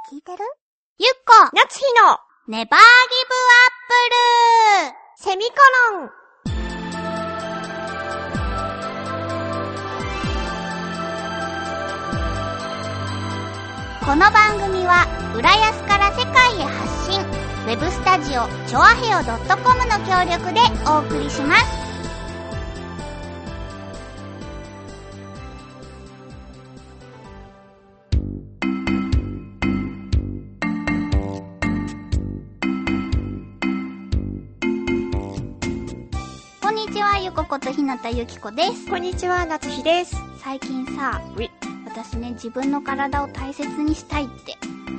聞いてる？ゆっこ夏日のネバーギブアップルセミコロン。 この番組は浦安から世界へ発信、ウェブスタジオチョアヘオ .com の協力でお送りします。こんにちは、ゆこことひなたゆきこです。 こんにちは、夏日です。 最近さ、私ね、自分の体を大切にしたいって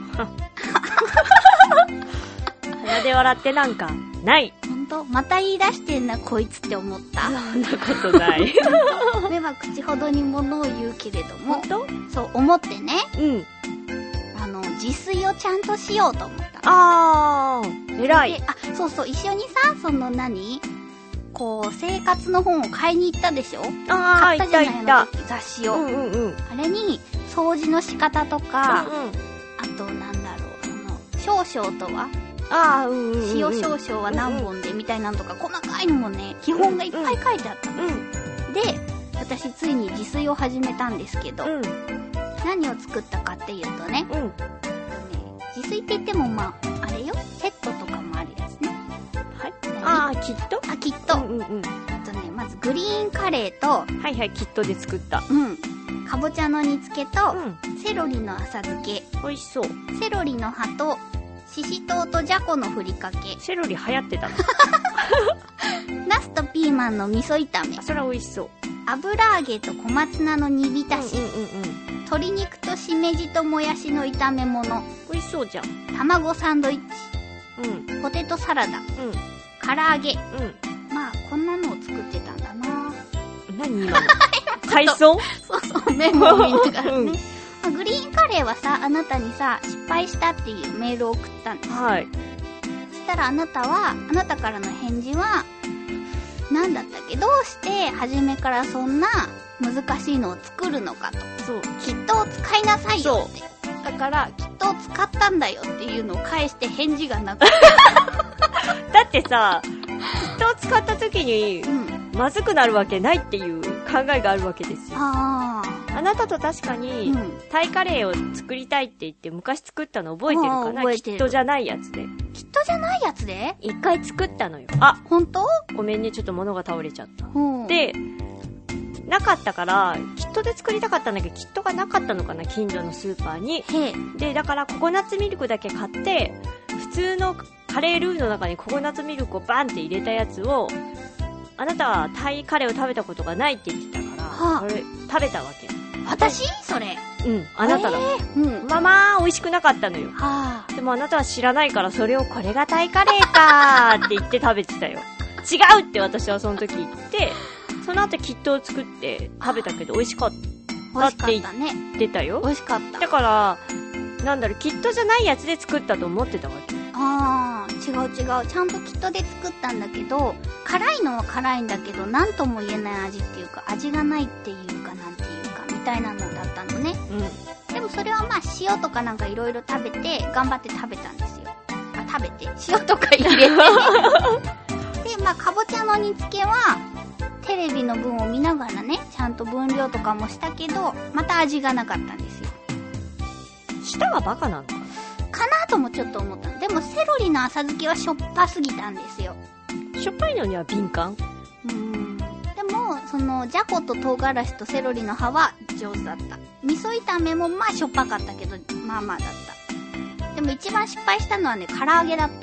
鼻で笑ってなんかない。 ほんと？また言い出してんなこいつって思った。 そんなことない目は口ほどに物を言うけれども、 ほんと？ そう思ってね、自炊をちゃんとしようと思ったの。 偉い。 で、そうそう、一緒にさ、こう生活の本を買いに行ったでしょ。買ったじゃない、あの時雑誌を、あれに掃除の仕方とか、あとなんだろう、少々とは塩少々は何本でみたいなのとか、細かいのもね、基本がいっぱい書いてあったの、で、私ついに自炊を始めたんですけど、何を作ったかっていうとね、自炊って言ってもあれよ、セットとかもあるやつね。 キット？ キット。まずグリーンカレーと、 キットで作った。 かぼちゃの煮付けと、セロリの浅漬け。 美味しそう。 セロリの葉と、ししとうとじゃこのふりかけ。 セロリ流行ってたの？ ナスとピーマンの味噌炒め。 それは美味しそう。 油揚げと小松菜の煮浸し。鶏肉としめじともやしの炒め物。 美味しそうじゃん。 卵サンドイッチ。ポテトサラダ。唐揚げ。こんなのを作ってたんだな。 何今の海藻？ そうそう、メモを見ながらね。グリーンカレーはさ、あなたにさ、失敗したっていうメールを送ったんです。そしたらあなたからの返事は、なんだったっけ、どうして初めからそんな難しいのを作るのかと。キットを使いなさいよって。だから、キットを使ったんだよっていうのを返して返事がなくて。 だってさ、キットを使った時に、まずくなるわけないっていう考えがあるわけですよ。あなたと確かに、タイカレーを作りたいって言って昔作ったの覚えてるかな？キットじゃないやつで。 キットじゃないやつで？ 一回作ったのよ。 ほんと？ ごめんね、ちょっと物が倒れちゃった。で、なかったから、キットで作りたかったんだけど、キットがなかったのかな、近所のスーパーに。で、だからココナッツミルクだけ買って、普通のカレールーの中にココナッツミルクをバンって入れたやつを、あなたはタイカレーを食べたことがないって言ってたから、それ食べたわけ。 私？それ。 あなただ。美味しくなかったのよ。でもあなたは知らないから、それをこれがタイカレーかーって言って食べてたよ。違うって私はその時言って、その後キットを作って食べたけど美味しかったって言ってたよ。 美味しかった。 だから、キットじゃないやつで作ったと思ってたわけ。 違う。ちゃんとキットで作ったんだけど、辛いのは辛いんだけど、なんとも言えない味っていうか、味がないっていうか、なんていうか、みたいなのだったのね。でもそれは塩とかなんかいろいろ食べて、頑張って食べたんですよ。塩とか入れてね。で、かぼちゃの煮付けは、テレビの分を見ながらね、ちゃんと分量とかもしたけど、また味がなかったんですよ。 舌がバカなのかなともちょっと思ったの。でもセロリの浅漬けはしょっぱすぎたんですよ。 しょっぱいのには敏感？ でも、じゃこと唐辛子とセロリの葉は上手だった。味噌炒めもしょっぱかったけど、だった。でも一番失敗したのはね、唐揚げだった。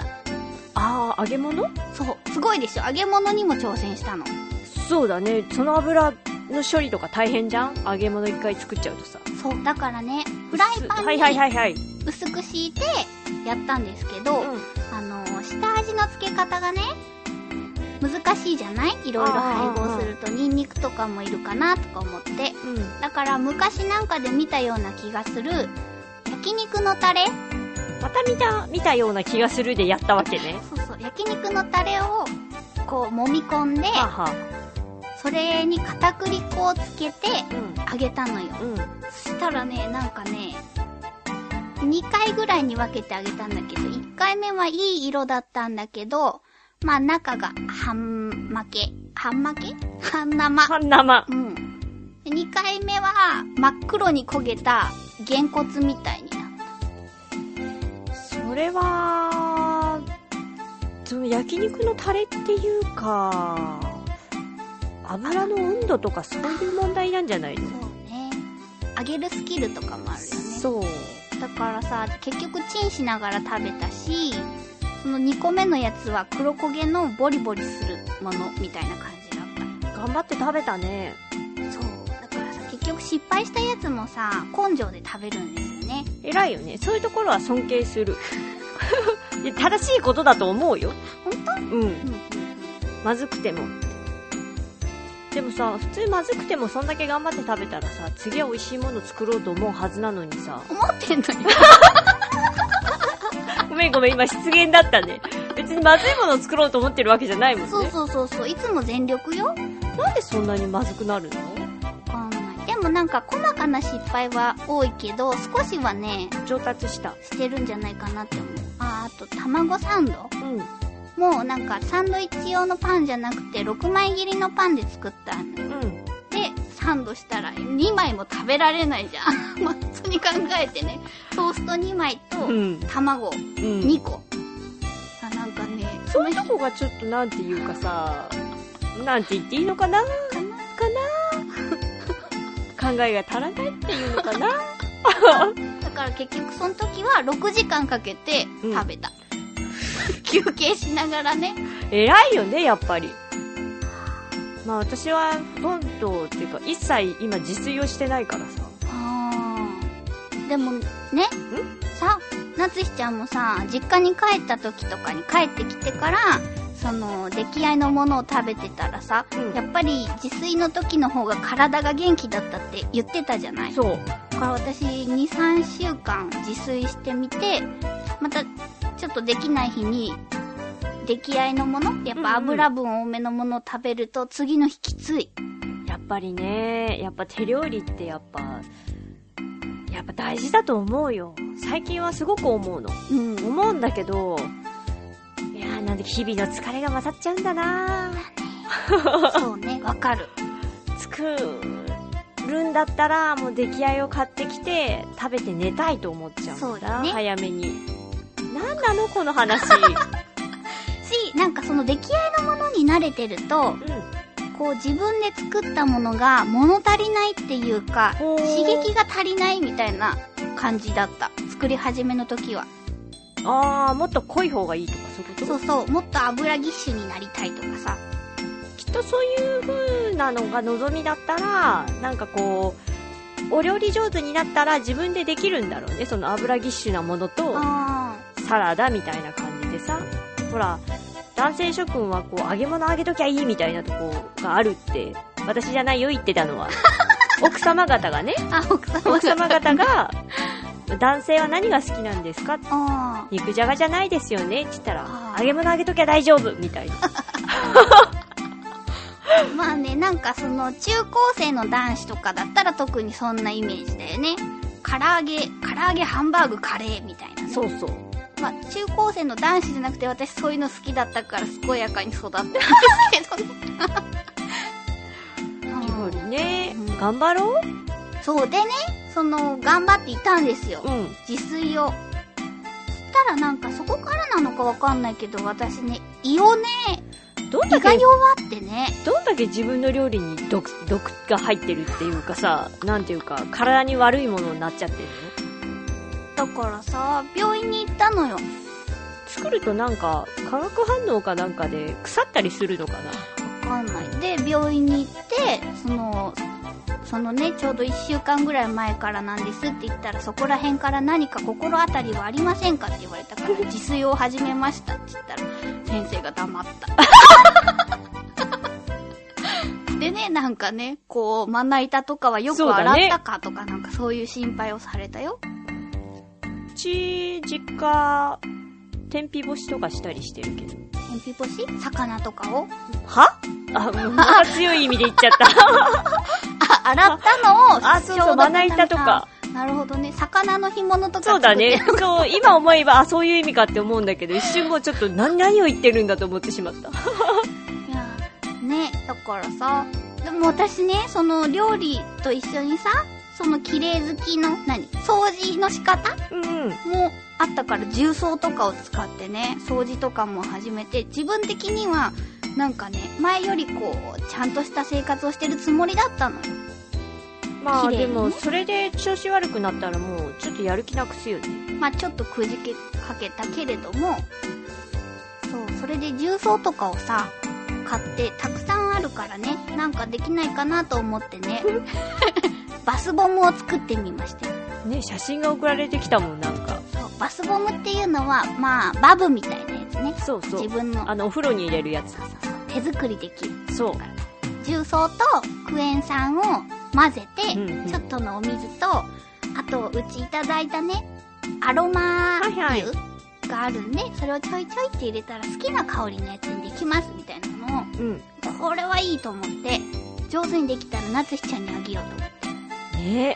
揚げ物？ そう、すごいでしょ。揚げ物にも挑戦したの。 そうだね。その油の処理とか大変じゃん？揚げ物一回作っちゃうとさ。 そう、だからね、フライパンに薄く敷いてやったんですけど、下味の付け方がね、難しいじゃない？いろいろ配合するとニンニクとかもいるかなとか思って。だから昔なんかで見たような気がする、焼肉のタレ？ また見たような気がするでやったわけね。 そう、焼肉のタレをこう揉み込んで、それに片栗粉をつけて揚げたのよ。そしたらね、なんかね、 2回ぐらいに分けてあげたんだけど、1回目はいい色だったんだけど、まあ中が半生。うん。で2回目は真っ黒に焦げたげんこつみたいになった。 それは、その焼肉のタレっていうか、油の温度とかそういう問題なんじゃないの？ そうね。揚げるスキルとかもあるよね。 そう。 だからさ、結局チンしながら食べたし、その2個目のやつは黒焦げのボリボリするものみたいな感じだった。 頑張って食べたね。 そう。だからさ、結局失敗したやつもさ、根性で食べるんですよね。 偉いよね。そういうところは尊敬する。正しいことだと思うよ。 ほんと？ うん。まずくても。でもさ、普通まずくてもそんだけ頑張って食べたらさ、次は美味しいもの作ろうと思うはずなのにさ。 思ってんのに。 ごめん、今失言だったね。別にまずいものを作ろうと思ってるわけじゃないもんね。 そう。いつも全力よ。 なんでそんなにまずくなるの？ わかんない。でもなんか細かな失敗は多いけど、少しはね、 上達してるんじゃないかなって思う。あと卵サンド？もうなんかサンドイッチ用のパンじゃなくて6枚切りのパンで作ったのよ。で、サンドしたら2枚も食べられないじゃん。まあ、普通に考えてね、トースト2枚と卵2個。なんかね、 そういうとこがちょっとなんていうかさ、なんて言っていいのかな考えが足らないっていうのかなだから結局その時は6時間かけて食べた。休憩しながらね。 偉いよね、やっぱり。まあ私はほとんどっていうか一切今自炊をしてないからさ。 でもね、さ、なつひちゃんもさ、実家に帰った時とかに帰ってきてから、その出来合いのものを食べてたらさ、やっぱり自炊の時の方が体が元気だったって言ってたじゃない？ そう。 だから私 2,3 週間自炊してみて、またちょっとできない日に出来合いのもの、やっぱ油分多めのものを食べると次の日きつい。 やっぱりね、やっぱ手料理ってやっぱ大事だと思うよ。最近はすごく思うの。思うんだけど、いやーなんで日々の疲れが勝っちゃうんだなー。 そうね、わかる。 作るんだったらもう出来合いを買ってきて食べて寝たいと思っちゃうんだ、ね、早めに。なんなのこの話。 なんかその出来合いのものに慣れてると、こう自分で作ったものが物足りないっていうか、刺激が足りないみたいな感じだった。作り始めの時は。 もっと濃い方がいいとかそういうこと？ そう、もっと油ぎっしゅになりたいとかさ。 きっとそういう風なのが望みだったら、なんかこう、お料理上手になったら自分でできるんだろうね。その油ぎっしゅなものと、サラダみたいな感じでさ。ほら、男性諸君はこう揚げ物揚げときゃいいみたいなとこがあるって、私じゃないよ言ってたのは。奥様方がね。奥様方が、男性は何が好きなんですか？肉じゃがじゃないですよねって言ったら、揚げ物揚げときゃ大丈夫みたいな。 まあね、なんかその中高生の男子とかだったら特にそんなイメージだよね。唐揚げ、ハンバーグ、カレーみたいな、ね。 そう。 まあ中高生の男子じゃなくて私そういうの好きだったから健やかに育ってるんですけどね。 料理ね、頑張ろう。 そうでね、頑張っていたんですよ。自炊を。そしたらなんかそこからなのかわかんないけど、私ね、胃をね、胃が弱ってね。 どんだけ自分の料理に毒が入ってるっていうかさ、なんていうか、体に悪いものになっちゃってるの？だからさ、病院に行ったのよ。 作るとなんか、化学反応かなんかで腐ったりするのかな？ わかんない。で、病院に行って、そのね、ちょうど1週間ぐらい前からなんですって言ったら、そこら辺から何か心当たりはありませんかって言われたから、自炊を始めましたって言ったら、先生が黙った。でね、なんかね、こう、まな板とかはよく洗ったかとか、なんかそういう心配をされたよ。 実家、天日干しとかしたりしてるけど。 天日干し？魚とかを？ は？また強い意味で言っちゃった。 洗ったのをそう、まな板とか。 なるほどね。魚の干物とかそうだね。そう、今思えば、そういう意味かって思うんだけど、一瞬もうちょっと何を言ってるんだと思ってしまった。いや、ね、だからさ、でも私ね、その料理と一緒にさ、その綺麗好きの、掃除の仕方もあったから、重曹とかを使ってね、掃除とかも始めて、自分的には、なんかね、前よりこう、ちゃんとした生活をしてるつもりだったのよ。 まあでもそれで調子悪くなったらもうちょっとやる気なくすよね。 まあちょっとくじけかけたけれども、そう、それで重曹とかをさ買ってたくさんあるからね、なんかできないかなと思ってねバスボムを作ってみましたよね。写真が送られてきたもん。なんかそう、バスボムっていうのはまあバブみたいなやつね。 そうそう、 自分のお風呂に入れるやつ。 そう手作りできる。 そう、 重曹とクエン酸を混ぜて、ちょっとのお水と、あとうちいただいたね、アロマ油があるんで、それをちょいちょいって入れたら好きな香りのやつにできますみたいなのを、これはいいと思って上手にできたらなつひちゃんにあげようと思ってね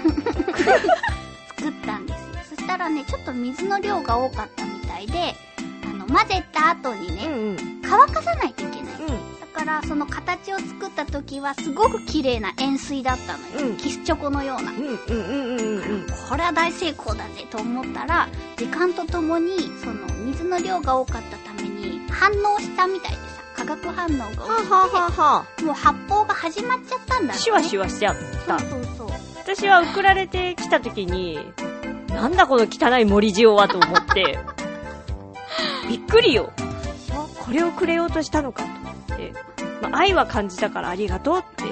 作ったんですよ。そしたらね、ちょっと水の量が多かったみたいで、混ぜた後にね、乾かさないといけない。だからその形を作った時はすごく綺麗な円錐だったのよ、キスチョコのような。これは大成功だぜと思ったら、時間とともにその水の量が多かったために反応したみたいでさ、化学反応が起きて、もう発泡が始まっちゃったんだろうね。 シュワシュワしちゃった。 そうそう。 私は送られてきた時に、なんだこの汚い森塩はと思ってびっくりよ。これをくれようとしたのかと思って、まあ、愛は感じたからありがとうって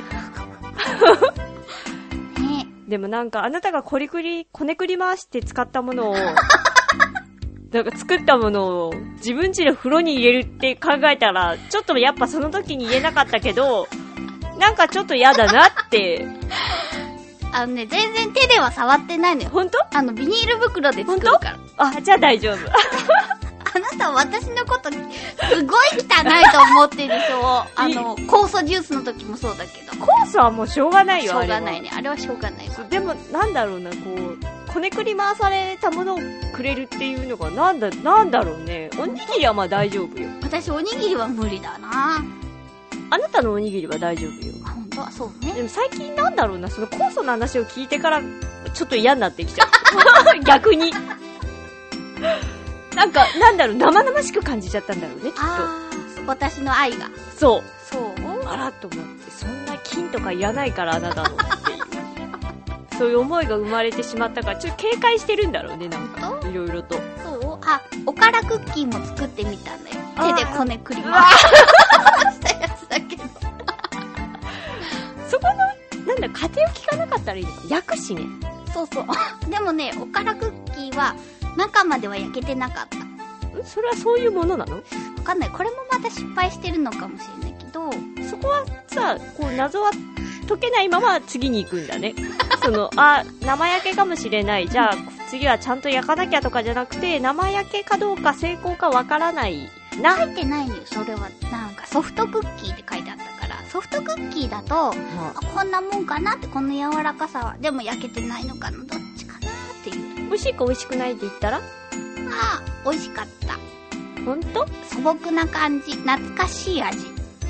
ね。でもなんかあなたがこねくり回して使ったものをなんか作ったものを自分家の風呂に入れるって考えたら、ちょっとやっぱその時に言えなかったけど、なんかちょっと嫌だなって全然手では触ってないのよ。 ほんと？ ビニール袋で作るから。 あ、じゃあ大丈夫。 あなたは私のことすごい汚いと思ってるでしょ。酵素ジュースの時もそうだけど。 酵素はもうしょうがないよ。 しょうがないね。あれはしょうがないわ。 でもなんだろうな、こうこねくり回されたものをくれるっていうのがなんだろうね。おにぎりはまあ大丈夫よ。 私おにぎりは無理だな。 あなたのおにぎりは大丈夫よ。 あ、本当はそうね。 でも最近なんだろうな、その酵素の話を聞いてからちょっと嫌になってきちゃう。逆に。なんか、なんだろう、生々しく感じちゃったんだろうね、きっと。 私の愛が。 そう。 そう。 あらと思って、そんな金とかいらないからあなたのっていう。そういう思いが生まれてしまったから、ちょっと警戒してるんだろうね、なんか。いろいろと。 そう。おからクッキーも作ってみたんだよ。手でこねくり回したやつだけど。 そこの、なんだ、家庭を聞かなかったらいいの。焼くしね。 そうそう。でもね、おからクッキーは、中までは焼けてなかった。 それはそういうものなの？ わかんない。これもまた失敗してるのかもしれないけど、 そこはさ、こう謎は解けないまま次に行くんだね。生焼けかもしれない。じゃあ次はちゃんと焼かなきゃとかじゃなくて、生焼けかどうか成功かわからないな。 書いてないのよ。それはなんかソフトクッキーって書いてあったから、ソフトクッキーだと、こんなもんかなって、この柔らかさは。でも焼けてないのかな、どっちかなっていう。 美味しいか美味しくないって言ったら、 美味しかった。 ほんと？ 素朴な感じ、懐かしい味。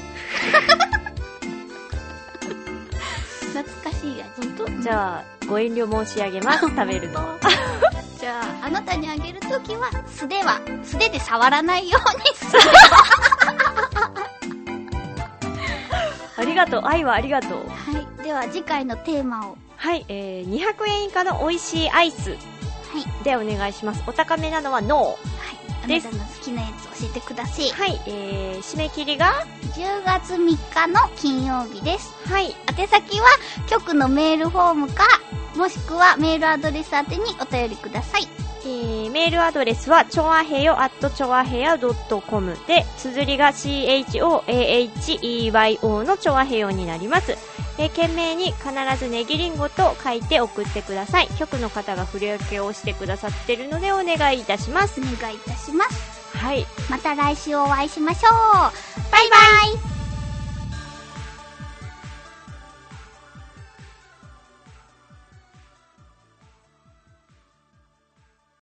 懐かしい味。 ほんと？じゃあご遠慮申し上げます。食べるの。 じゃああなたにあげるときは素手で触らないようにする。 ありがとう。愛はありがとう。 はい。では次回のテーマを。 はい。200円以下の美味しいアイス。はい。でお願いします。お高めなのはノー。はい。 あなたの好きなやつ教えてください。 はい。締め切りが 10月3日の金曜日です。 はい。 宛先は局のメールフォームか、もしくはメールアドレス宛てにお便りください。 メールアドレスはちょわへよ@choaheya.com で、綴りが CHOAHEYO のちょわへよになります。懸命に必ずネギリンゴと書いて送ってください。局の方が振り分けをしてくださってるのでお願いいたします。 お願いいたします。 はい。 また来週お会いしましょう。バイバイ。